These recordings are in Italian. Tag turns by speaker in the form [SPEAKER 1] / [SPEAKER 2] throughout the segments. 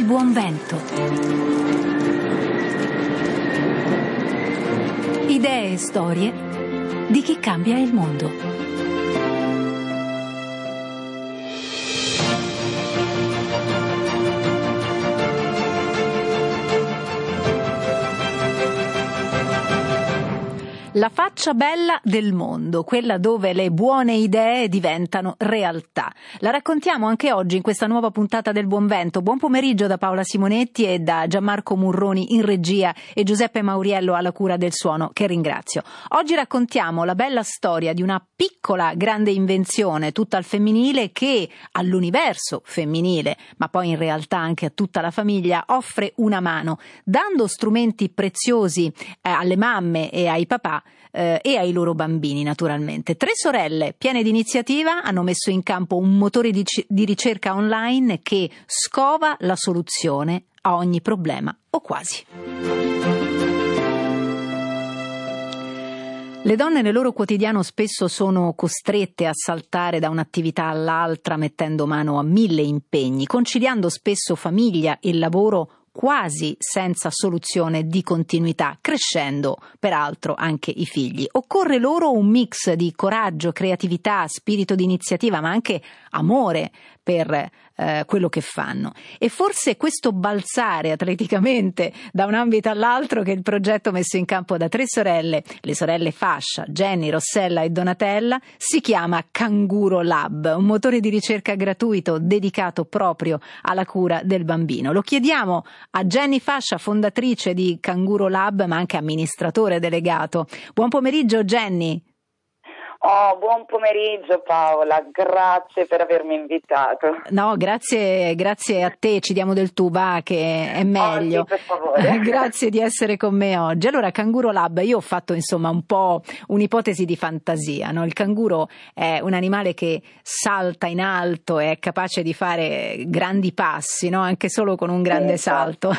[SPEAKER 1] buon vento. Idee e storie di chi cambia il mondo. La faccia bella del mondo, quella dove le buone idee diventano realtà. La raccontiamo anche oggi in questa nuova puntata del Buon Vento. Buon pomeriggio da Paola Simonetti e da Gianmarco Murroni in regia e Giuseppe Mauriello alla cura del suono, che ringrazio. Oggi raccontiamo la bella storia di una piccola grande invenzione tutta al femminile che all'universo femminile, ma poi in realtà anche a tutta la famiglia, offre una mano, dando strumenti preziosi alle mamme e ai papà e ai loro bambini, naturalmente. 3 sorelle piene di iniziativa hanno messo in campo un motore di ricerca online che scova la soluzione a ogni problema, o quasi. Le donne nel loro quotidiano spesso sono costrette a saltare da un'attività all'altra mettendo mano a 1000 impegni, conciliando spesso famiglia e lavoro quasi senza soluzione di continuità, crescendo peraltro anche i figli. Occorre loro un mix di coraggio, creatività, spirito di iniziativa, ma anche amore per quello che fanno. E forse questo balzare atleticamente da un ambito all'altro che è il progetto messo in campo da 3 sorelle, le sorelle Fascia, Jenny, Rossella e Donatella, si chiama Canguro Lab, un motore di ricerca gratuito dedicato proprio alla cura del bambino. Lo chiediamo a Jenny Fascia, fondatrice di Canguro Lab, ma anche amministratore delegato. Buon pomeriggio, Jenny.
[SPEAKER 2] Buon pomeriggio Paola, grazie per avermi invitato.
[SPEAKER 1] No, grazie a te, ci diamo del tu, va, che è meglio.
[SPEAKER 2] Sì, per favore.
[SPEAKER 1] Grazie di essere con me oggi. Allora, Canguro Lab, io ho fatto insomma un po' un'ipotesi di fantasia, no? Il canguro è un animale che salta in alto, è capace di fare grandi passi, no? Anche solo con un grande salto.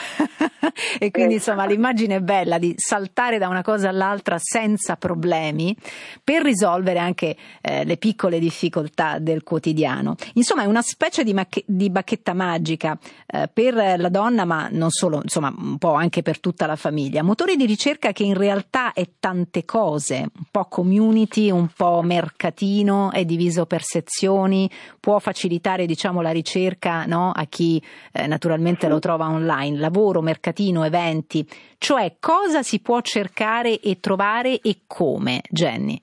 [SPEAKER 1] E quindi insomma l'immagine è bella di saltare da una cosa all'altra senza problemi per risolvere anche le piccole difficoltà del quotidiano. Insomma è una specie di bacchetta magica per la donna, ma non solo, insomma un po' anche per tutta la famiglia. Motore di ricerca che in realtà è tante cose, un po' community, un po' mercatino, è diviso per sezioni, può facilitare diciamo la ricerca, no, a chi naturalmente lo trova online, lavoro, mercatino, eventi, cioè cosa si può cercare e trovare e come, Jenny?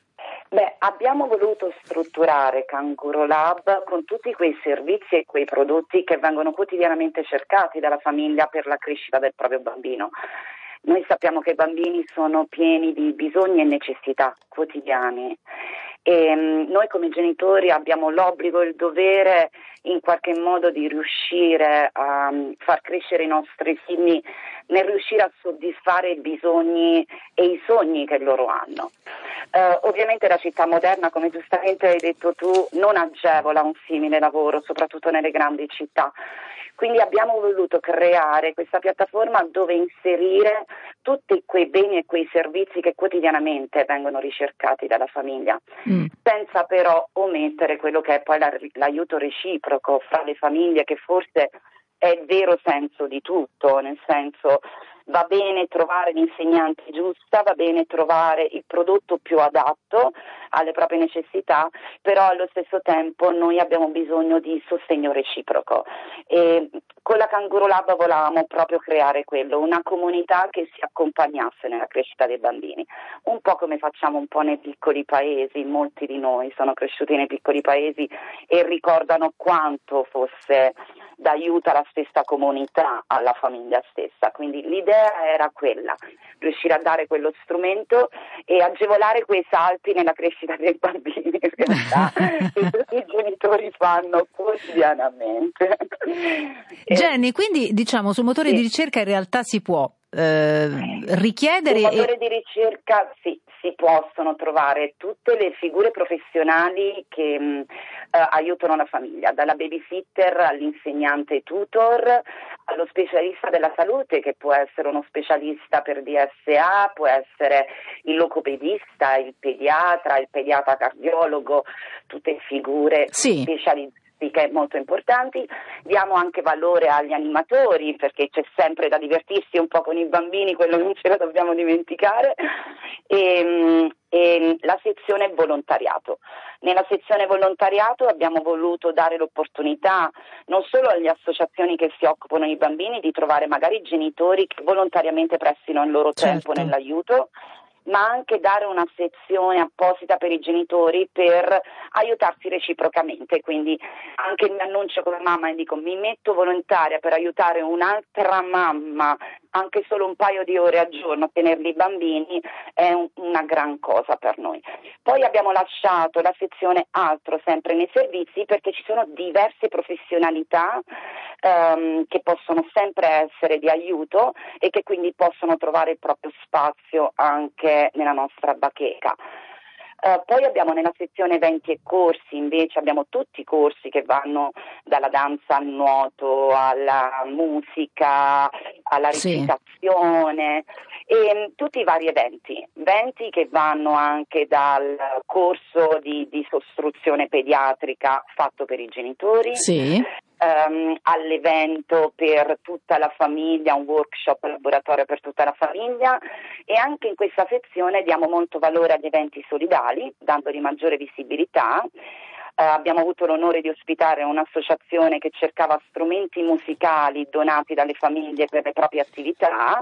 [SPEAKER 2] Abbiamo voluto strutturare Canguro Lab con tutti quei servizi e quei prodotti che vengono quotidianamente cercati dalla famiglia per la crescita del proprio bambino. Noi sappiamo che i bambini sono pieni di bisogni e necessità quotidiani e noi come genitori abbiamo l'obbligo e il dovere in qualche modo di riuscire a far crescere i nostri figli nel riuscire a soddisfare i bisogni e i sogni che loro hanno. Ovviamente la città moderna, come giustamente hai detto tu, non agevola un simile lavoro, soprattutto nelle grandi città. Quindi abbiamo voluto creare questa piattaforma dove inserire tutti quei beni e quei servizi che quotidianamente vengono ricercati dalla famiglia, senza però omettere quello che è poi l'aiuto reciproco fra le famiglie, che forse è il vero senso di tutto, nel senso va bene trovare l'insegnante giusta, va bene trovare il prodotto più adatto alle proprie necessità, però allo stesso tempo noi abbiamo bisogno di sostegno reciproco e con la Canguro Lab volevamo proprio creare quello, una comunità che si accompagnasse nella crescita dei bambini, un po' come facciamo un po' nei piccoli paesi. Molti di noi sono cresciuti nei piccoli paesi e ricordano quanto fosse d'aiuto alla stessa comunità, alla famiglia stessa, quindi l'idea era quella, riuscire a dare quello strumento e agevolare quei salti nella crescita dei bambini, in realtà, che tutti i genitori fanno quotidianamente.
[SPEAKER 1] Jenny, quindi diciamo sul motore di ricerca in realtà si può richiedere...
[SPEAKER 2] Sul motore di ricerca sì, si possono trovare tutte le figure professionali che aiutano la famiglia, dalla babysitter all'insegnante tutor, allo specialista della salute, che può essere uno specialista per DSA, può essere il logopedista, il pediatra cardiologo, tutte figure specializzate didattiche molto importanti, diamo anche valore agli animatori, perché c'è sempre da divertirsi un po' con i bambini, quello non ce lo dobbiamo dimenticare, e la sezione volontariato. Nella sezione volontariato abbiamo voluto dare l'opportunità non solo alle associazioni che si occupano di bambini di trovare magari genitori che volontariamente prestino il loro tempo nell'aiuto, ma anche dare una sezione apposita per i genitori per aiutarsi reciprocamente. Quindi anche mi annuncio come mamma e dico: mi metto volontaria per aiutare un'altra mamma anche solo un paio di ore al giorno a tenerli i bambini, è una gran cosa per noi. Poi abbiamo lasciato la sezione altro sempre nei servizi, perché ci sono diverse professionalità che possono sempre essere di aiuto e che quindi possono trovare il proprio spazio anche nella nostra bacheca. Poi abbiamo nella sezione eventi e corsi, invece abbiamo tutti i corsi che vanno dalla danza al nuoto, alla musica, alla recitazione, e tutti i vari eventi che vanno anche dal corso di ostruzione pediatrica fatto per i genitori, all'evento per tutta la famiglia, un workshop laboratorio per tutta la famiglia, e anche in questa sezione diamo molto valore agli eventi solidali, dandogli maggiore visibilità. Abbiamo avuto l'onore di ospitare un'associazione che cercava strumenti musicali donati dalle famiglie per le proprie attività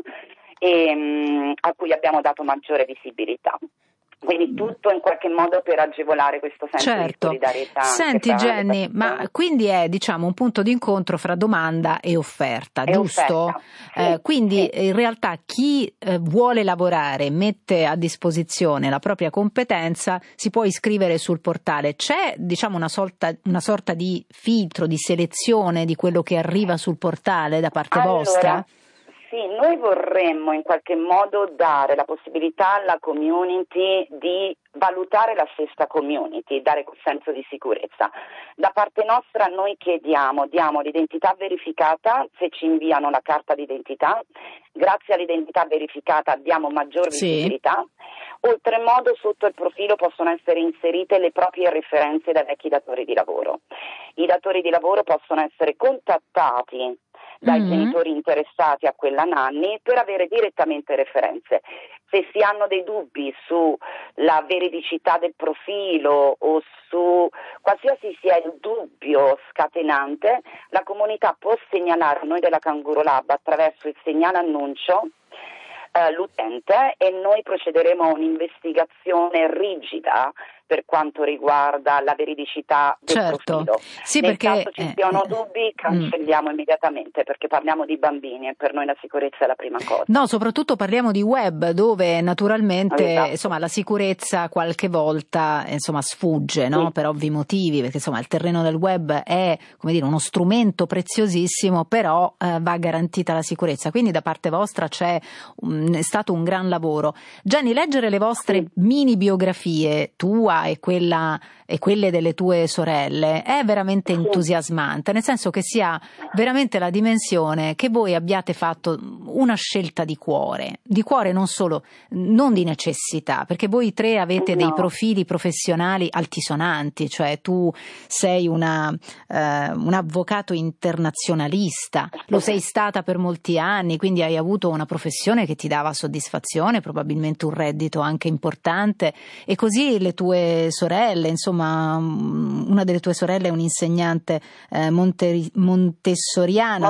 [SPEAKER 2] e a cui abbiamo dato maggiore visibilità. Quindi tutto in qualche modo per agevolare questo senso di solidarietà.
[SPEAKER 1] Senti Jenny, ma quindi è un punto di incontro fra domanda e offerta, giusto? Quindi in realtà chi vuole lavorare, mette a disposizione la propria competenza, si può iscrivere sul portale. C'è una sorta di filtro, di selezione di quello che arriva sul portale da parte vostra?
[SPEAKER 2] Sì, noi vorremmo in qualche modo dare la possibilità alla community di valutare la stessa community, dare quel senso di sicurezza. Da parte nostra noi diamo l'identità verificata se ci inviano la carta d'identità, grazie all'identità verificata diamo maggior visibilità, oltremodo sotto il profilo possono essere inserite le proprie referenze da vecchi datori di lavoro. I datori di lavoro possono essere contattati dai genitori interessati a quella nanny per avere direttamente referenze. Se si hanno dei dubbi sulla veridicità del profilo o su qualsiasi sia il dubbio scatenante, la comunità può segnalare a noi della Canguro Lab attraverso il segnale annuncio l'utente, e noi procederemo a un'investigazione rigida per quanto riguarda la veridicità del profilo.
[SPEAKER 1] Sì,
[SPEAKER 2] nel
[SPEAKER 1] perché
[SPEAKER 2] caso ci siano dubbi cancelliamo immediatamente, perché parliamo di bambini e per noi la sicurezza è la prima cosa.
[SPEAKER 1] No, soprattutto parliamo di web, dove naturalmente la sicurezza qualche volta sfugge, no? Per ovvi motivi, perché il terreno del web è uno strumento preziosissimo, però va garantita la sicurezza. Quindi da parte vostra è stato un gran lavoro. Gianni, leggere le vostre mini biografie, tua e quelle delle tue sorelle, è veramente entusiasmante, nel senso che si ha veramente la dimensione che voi abbiate fatto una scelta di cuore non di necessità, perché voi tre avete dei profili professionali altisonanti, cioè tu sei un avvocato internazionalista, lo sei stata per molti anni, quindi hai avuto una professione che ti dava soddisfazione, probabilmente un reddito anche importante, e così le tue sorelle, una delle tue sorelle è un'insegnante montessoriana,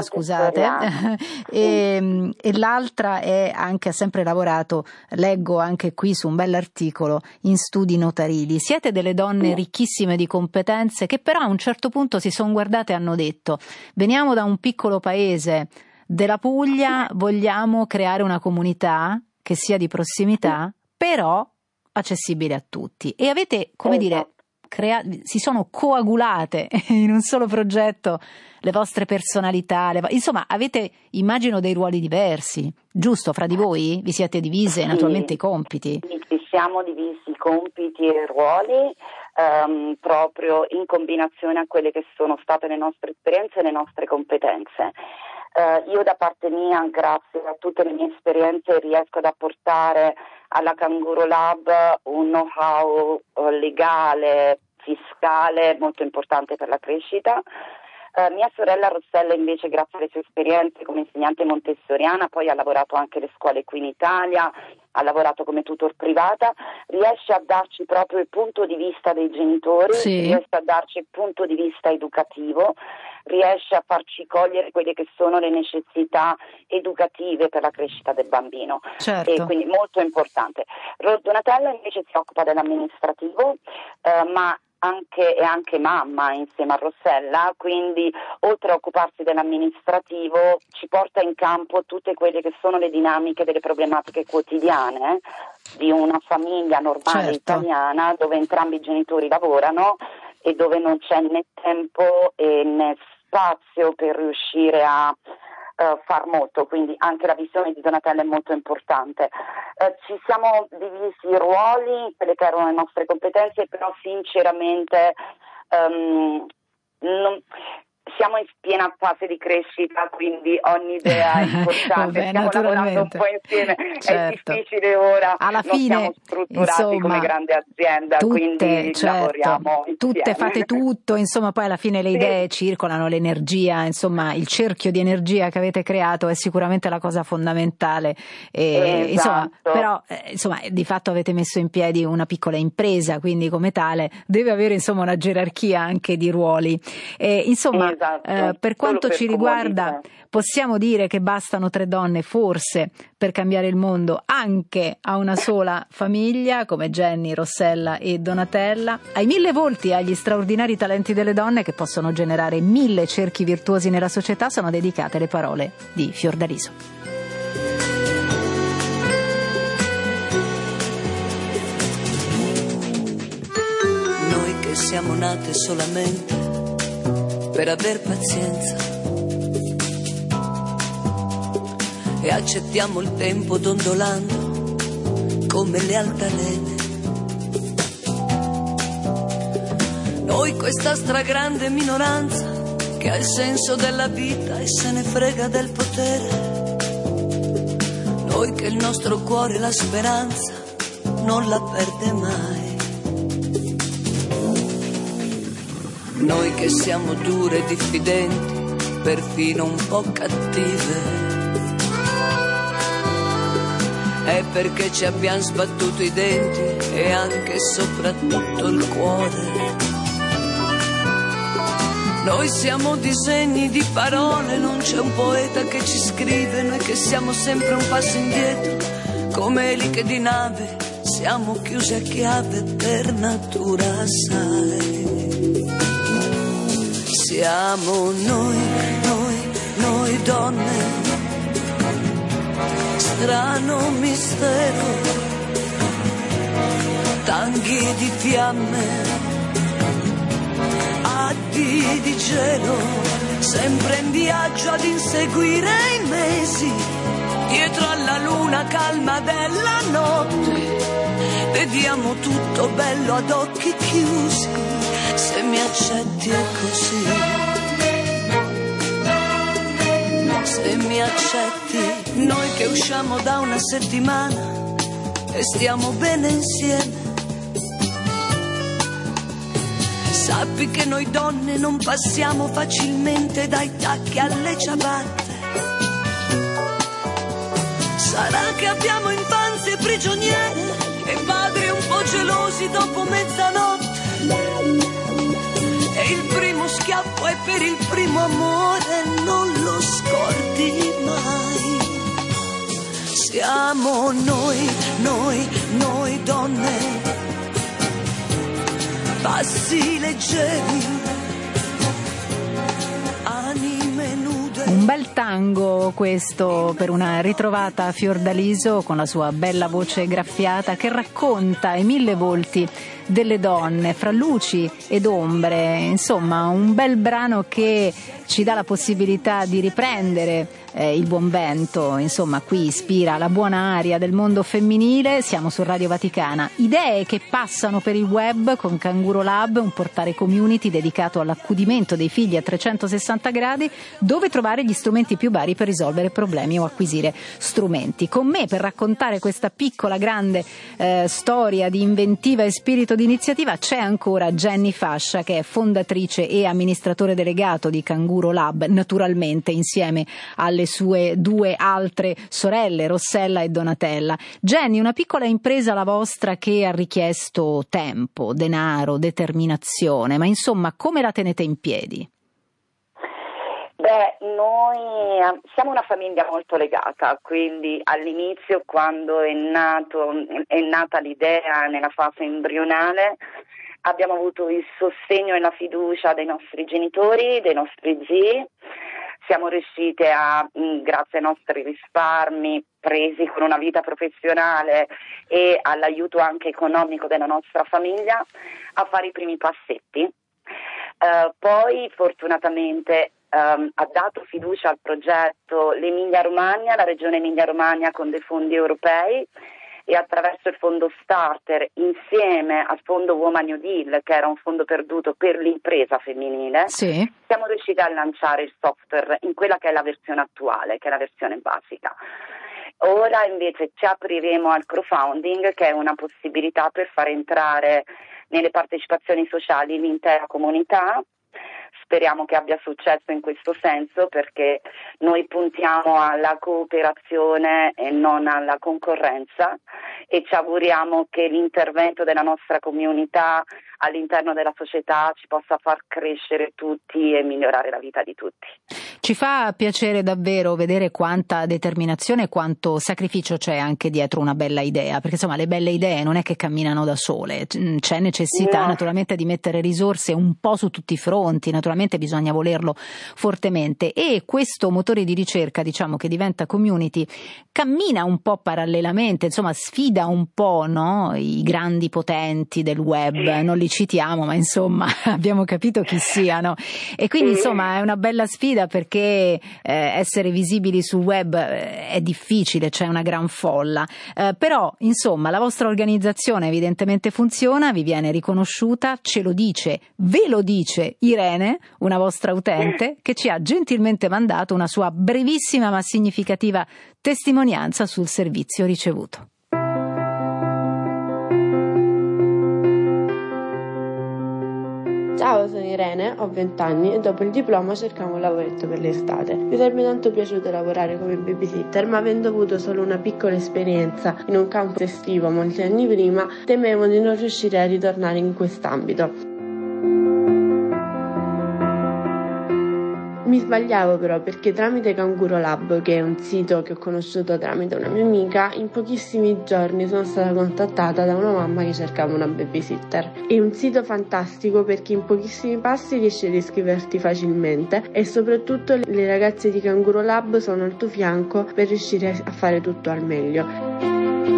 [SPEAKER 1] e l'altra ha sempre lavorato, leggo anche qui su un bell'articolo, in studi notarili. Siete delle donne ricchissime di competenze che però a un certo punto si sono guardate e hanno detto: veniamo da un piccolo paese della Puglia, vogliamo creare una comunità che sia di prossimità, però accessibile a tutti, e avete si sono coagulate in un solo progetto le vostre personalità, avete, immagino, dei ruoli diversi, giusto? Fra di voi vi siete divise naturalmente i compiti.
[SPEAKER 2] Ci siamo divisi i compiti e i ruoli proprio in combinazione a quelle che sono state le nostre esperienze e le nostre competenze. Io da parte mia, grazie a tutte le mie esperienze, riesco ad apportare alla Canguro Lab un know-how legale, fiscale, musicale molto importante per la crescita. Mia sorella Rossella invece, grazie alle sue esperienze come insegnante montessoriana, poi ha lavorato anche alle scuole qui in Italia, ha lavorato come tutor privata, riesce a darci proprio il punto di vista dei genitori,
[SPEAKER 1] sì,
[SPEAKER 2] riesce a darci il punto di vista educativo, riesce a farci cogliere quelle che sono le necessità educative per la crescita del bambino,
[SPEAKER 1] certo.
[SPEAKER 2] E quindi molto importante. Donatella invece si occupa dell'amministrativo, ma è anche mamma insieme a Rossella, quindi oltre a occuparsi dell'amministrativo ci porta in campo tutte quelle che sono le dinamiche delle problematiche quotidiane di una famiglia normale,
[SPEAKER 1] certo,
[SPEAKER 2] italiana, dove entrambi i genitori lavorano e dove non c'è né tempo né spazio per riuscire a far molto, quindi anche la visione di Donatella è molto importante. Ci siamo divisi i ruoli, quelle che erano le nostre competenze, però sinceramente siamo in piena fase di crescita, quindi ogni idea è importante.
[SPEAKER 1] Vabbè,
[SPEAKER 2] stiamo lavorando un po' insieme,
[SPEAKER 1] certo.
[SPEAKER 2] È difficile ora,
[SPEAKER 1] alla
[SPEAKER 2] non
[SPEAKER 1] fine,
[SPEAKER 2] siamo strutturati
[SPEAKER 1] insomma,
[SPEAKER 2] come grande azienda, quindi lavoriamo insieme.
[SPEAKER 1] Tutte fate tutto, insomma, poi alla fine le idee circolano, l'energia, insomma, il cerchio di energia che avete creato è sicuramente la cosa fondamentale.
[SPEAKER 2] Esatto.
[SPEAKER 1] Insomma, però di fatto avete messo in piedi una piccola impresa, quindi come tale deve avere insomma una gerarchia anche di ruoli. Insomma, per quanto ci riguarda, possiamo dire che bastano 3 donne forse per cambiare il mondo anche a una sola famiglia come Jenny, Rossella e Donatella. Ai 1000 volti, agli straordinari talenti delle donne che possono generare 1000 cerchi virtuosi nella società sono dedicate le parole di Fiordaliso.
[SPEAKER 3] Noi che siamo nate solamente per aver pazienza e accettiamo il tempo dondolando come le altalene. Noi questa stragrande minoranza che ha il senso della vita e se ne frega del potere. Noi che il nostro cuore la speranza non la perde mai. Noi che siamo dure e diffidenti, perfino un po' cattive, è perché ci abbiamo sbattuto i denti e anche e soprattutto il cuore. Noi siamo disegni di parole, non c'è un poeta che ci scrive, noi che siamo sempre un passo indietro, come eliche di nave, siamo chiusi a chiave per natura, sai. Siamo noi donne, strano mistero, tanghi di fiamme, addi di gelo, sempre in viaggio ad inseguire i mesi, dietro alla luna calma della notte, vediamo tutto bello ad occhi chiusi, se mi accetti è così, se mi accetti. Noi che usciamo da una settimana e stiamo bene insieme, sappi che noi donne non passiamo facilmente dai tacchi alle ciabatte. Sarà che abbiamo infanzie prigioniere e padri un po' gelosi dopo mezzanotte, e il primo schiaffo è per il primo amore, non lo scordi mai. Siamo noi donne, passi leggeri, anime nude.
[SPEAKER 1] Un bel tango questo per una ritrovata a Fiordaliso con la sua bella voce graffiata che racconta ai 1000 volti delle donne, fra luci ed ombre, insomma un bel brano che ci dà la possibilità di riprendere il buon vento, insomma qui ispira la buona aria del mondo femminile. Siamo su Radio Vaticana. Idee che passano per il web con Canguro Lab, un portale community dedicato all'accudimento dei figli a 360 gradi, dove trovare gli strumenti più vari per risolvere problemi o acquisire strumenti. Con me per raccontare questa piccola grande storia di inventiva e spirito di iniziativa c'è ancora Jenny Fascia, che è fondatrice e amministratore delegato di Canguro Lab, naturalmente insieme alle sue due altre sorelle, Rossella e Donatella. Jenny, una piccola impresa la vostra che ha richiesto tempo, denaro, determinazione, ma insomma come la tenete in piedi?
[SPEAKER 2] Noi siamo una famiglia molto legata, quindi all'inizio, quando è nata l'idea nella fase embrionale, abbiamo avuto il sostegno e la fiducia dei nostri genitori, dei nostri zii. Siamo riuscite grazie ai nostri risparmi presi con una vita professionale e all'aiuto anche economico della nostra famiglia, a fare i primi passetti. Poi fortunatamente ha dato fiducia al progetto l'Emilia-Romagna, la regione Emilia-Romagna, con dei fondi europei, e attraverso il fondo Starter, insieme al fondo Woman New Deal, che era un fondo perduto per l'impresa femminile,
[SPEAKER 1] sì,
[SPEAKER 2] siamo riusciti a lanciare il software in quella che è la versione attuale, che è la versione basica. Ora invece ci apriremo al crowdfunding, che è una possibilità per far entrare nelle partecipazioni sociali l'intera comunità. Speriamo che abbia successo in questo senso, perché noi puntiamo alla cooperazione e non alla concorrenza, e ci auguriamo che l'intervento della nostra comunità all'interno della società ci possa far crescere tutti e migliorare la vita di tutti.
[SPEAKER 1] Ci fa piacere davvero vedere quanta determinazione e quanto sacrificio c'è anche dietro una bella idea, perché insomma le belle idee non è che camminano da sole, c'è necessità naturalmente di mettere risorse un po' su tutti i fronti, naturalmente bisogna volerlo fortemente, e questo motore di ricerca, diciamo, che diventa community, cammina un po' parallelamente, insomma sfida un po', no? I grandi potenti del web, non li citiamo, ma insomma abbiamo capito chi siano, e quindi insomma è una bella sfida, perché essere visibili sul web è difficile, c'è una gran folla, però insomma la vostra organizzazione evidentemente funziona, vi viene riconosciuta, ve lo dice Irene, una vostra utente, che ci ha gentilmente mandato una sua brevissima ma significativa testimonianza sul servizio ricevuto.
[SPEAKER 4] Ciao, sono Irene, ho 20 anni e dopo il diploma cercavo un lavoretto per l'estate. Mi sarebbe tanto piaciuto lavorare come babysitter, ma avendo avuto solo una piccola esperienza in un campo estivo molti anni prima, temevo di non riuscire a ritornare in quest'ambito. Mi sbagliavo però, perché tramite Canguro Lab, che è un sito che ho conosciuto tramite una mia amica, in pochissimi giorni sono stata contattata da una mamma che cercava una babysitter. È un sito fantastico perché in pochissimi passi riesci ad iscriverti facilmente, e soprattutto le ragazze di Canguro Lab sono al tuo fianco per riuscire a fare tutto al meglio.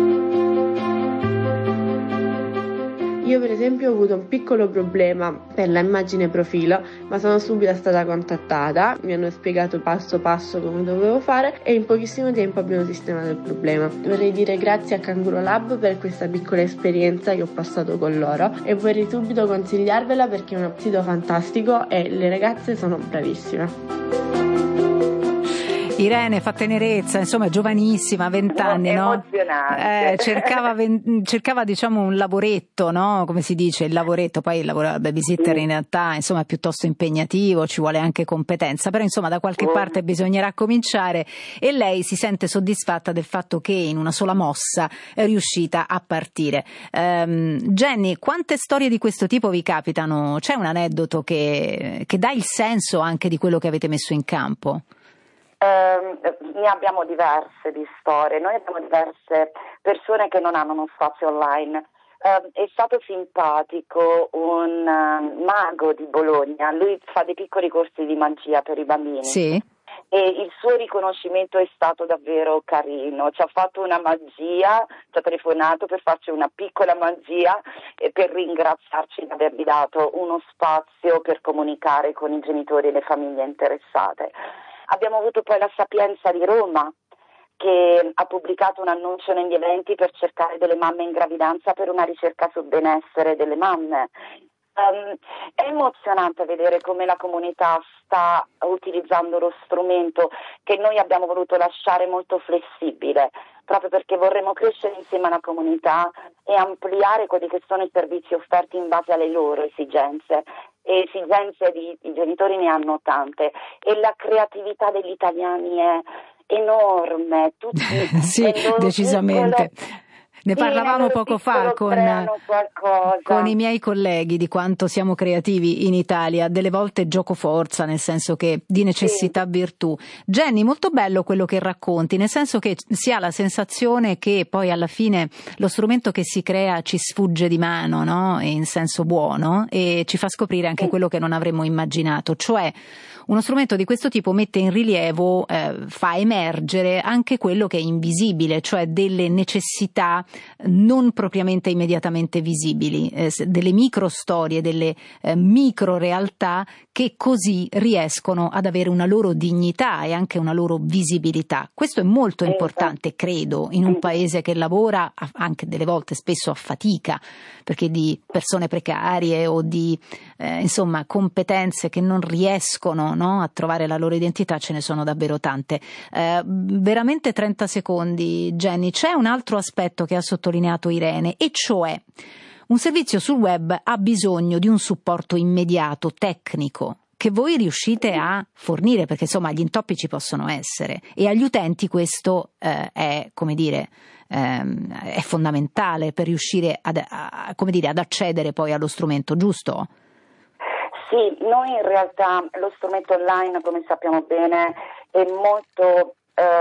[SPEAKER 4] Io per esempio ho avuto un piccolo problema per la immagine profilo, ma sono subito stata contattata, mi hanno spiegato passo passo come dovevo fare e in pochissimo tempo abbiamo sistemato il problema. Vorrei dire grazie a Canguro Lab per questa piccola esperienza che ho passato con loro, e vorrei subito consigliarvela perché è un sito fantastico e le ragazze sono bravissime.
[SPEAKER 1] Irene fa tenerezza, insomma è giovanissima, 20 anni, no?
[SPEAKER 2] Emozionante.
[SPEAKER 1] Cercava diciamo un lavoretto, no? Come si dice, il lavoretto, poi il lavoro da babysitter in realtà insomma è piuttosto impegnativo, ci vuole anche competenza, però insomma da qualche parte bisognerà cominciare, e lei si sente soddisfatta del fatto che in una sola mossa è riuscita a partire. Jenny, quante storie di questo tipo vi capitano? C'è un aneddoto che dà il senso anche di quello che avete messo in campo?
[SPEAKER 2] Ne abbiamo diverse di storie, noi abbiamo diverse persone che non hanno uno spazio online. È stato simpatico un mago di Bologna, lui fa dei piccoli corsi di magia per i bambini.
[SPEAKER 1] Sì.
[SPEAKER 2] E il suo riconoscimento è stato davvero carino, ci ha fatto una magia, ci ha telefonato per farci una piccola magia e per ringraziarci di avergli dato uno spazio per comunicare con i genitori e le famiglie interessate. Abbiamo avuto poi la Sapienza di Roma, che ha pubblicato un annuncio negli eventi per cercare delle mamme in gravidanza per una ricerca sul benessere delle mamme. È emozionante vedere come la comunità sta utilizzando lo strumento che noi abbiamo voluto lasciare molto flessibile, proprio perché vorremmo crescere insieme alla comunità e ampliare quelli che sono i servizi offerti in base alle loro esigenze. E esigenze i genitori ne hanno tante, e la creatività degli italiani è enorme. Tutti
[SPEAKER 1] sì, decisamente. Ne parlavamo poco fa con i miei colleghi di quanto siamo creativi in Italia, delle volte giocoforza, nel senso che di necessità virtù. Jenny, molto bello quello che racconti, nel senso che si ha la sensazione che poi alla fine lo strumento che si crea ci sfugge di mano, no? In senso buono, e ci fa scoprire anche quello che non avremmo immaginato, cioè uno strumento di questo tipo mette in rilievo, fa emergere anche quello che è invisibile, cioè delle necessità non propriamente immediatamente visibili, delle micro storie, delle micro realtà che così riescono ad avere una loro dignità e anche una loro visibilità. Questo è molto importante, credo, in un paese che lavora anche delle volte spesso a fatica, perché di persone precarie o di insomma competenze che non riescono, no, a trovare la loro identità ce ne sono davvero tante. Veramente 30 secondi, Jenny. C'è un altro aspetto che ha sottolineato Irene, e cioè un servizio sul web ha bisogno di un supporto immediato, tecnico, che voi riuscite a fornire, perché insomma gli intoppi ci possono essere, e agli utenti questo è, come dire, è fondamentale per riuscire ad accedere poi allo strumento, giusto?
[SPEAKER 2] Sì, noi in realtà lo strumento online, come sappiamo bene, è molto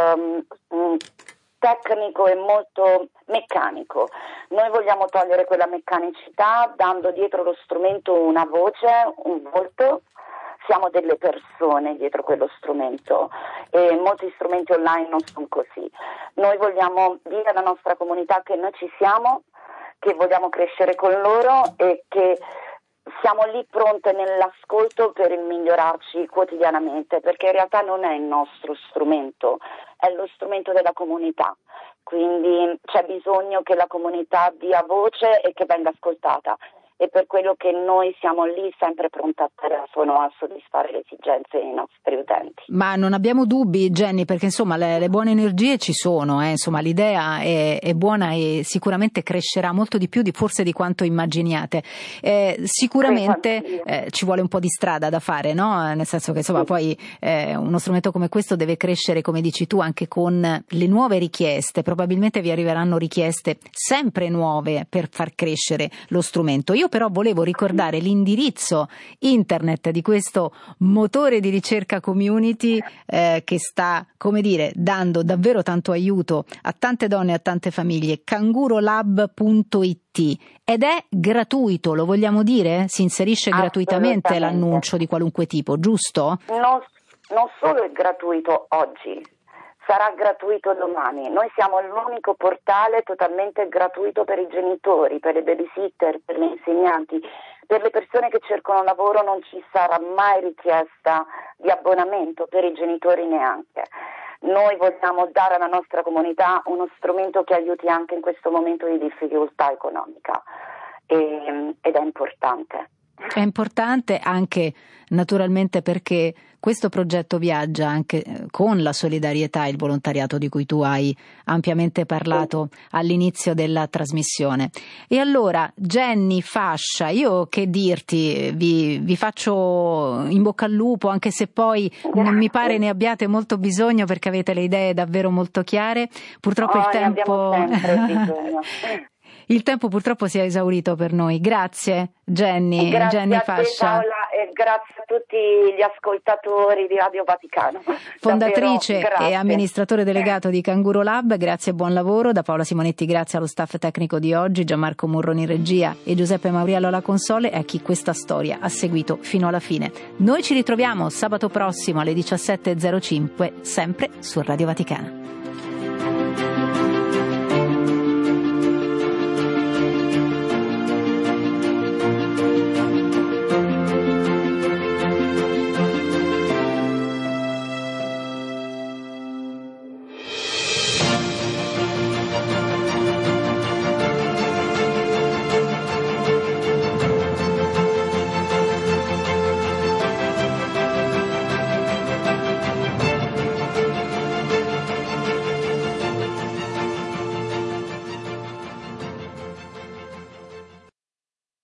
[SPEAKER 2] tecnico e molto meccanico. Noi vogliamo togliere quella meccanicità dando dietro lo strumento una voce, un volto. Siamo delle persone dietro quello strumento e molti strumenti online non sono così. Noi vogliamo dire alla nostra comunità che noi ci siamo, che vogliamo crescere con loro e che siamo lì pronte nell'ascolto per migliorarci quotidianamente, perché in realtà non è il nostro strumento, è lo strumento della comunità. Quindi c'è bisogno che la comunità dia voce e che venga ascoltata. E per quello che noi siamo lì sempre pronti al telefono a soddisfare le esigenze dei nostri utenti.
[SPEAKER 1] Ma non abbiamo dubbi, Jenny, perché insomma le buone energie ci sono, insomma l'idea è buona e sicuramente crescerà molto di più forse di quanto immaginiate. Sicuramente ci vuole un po' di strada da fare, no? Nel senso che insomma poi uno strumento come questo deve crescere, come dici tu, anche con le nuove richieste. Probabilmente vi arriveranno richieste sempre nuove per far crescere lo strumento. Io però volevo ricordare l'indirizzo internet di questo motore di ricerca community che sta, come dire, dando davvero tanto aiuto a tante donne e a tante famiglie, cangurolab.it, ed è gratuito, lo vogliamo dire? Si inserisce gratuitamente l'annuncio di qualunque tipo, giusto?
[SPEAKER 2] Non solo è gratuito oggi, sarà gratuito domani. Noi siamo l'unico portale totalmente gratuito per i genitori, per le babysitter, per le insegnanti, per le persone che cercano lavoro non ci sarà mai richiesta di abbonamento, per i genitori neanche. Noi vogliamo dare alla nostra comunità uno strumento che aiuti anche in questo momento di difficoltà economica ed è importante.
[SPEAKER 1] È importante anche naturalmente perché questo progetto viaggia anche con la solidarietà e il volontariato di cui tu hai ampiamente parlato all'inizio della trasmissione. E allora, Jenny Fascia, io che dirti, vi faccio in bocca al lupo, anche se poi non mi pare ne abbiate molto bisogno perché avete le idee davvero molto chiare. Purtroppo il tempo il tempo purtroppo si è esaurito per noi. Grazie Jenny, Jenny Fascia.
[SPEAKER 2] Paola, e grazie a tutti gli ascoltatori di Radio Vaticano.
[SPEAKER 1] Fondatrice e amministratore delegato di Canguro Lab, grazie e buon lavoro. Da Paola Simonetti grazie allo staff tecnico di oggi, Gianmarco Murroni in regia e Giuseppe Mauriello alla console, e a chi questa storia ha seguito fino alla fine. Noi ci ritroviamo sabato prossimo alle 17.05 sempre su Radio Vaticana.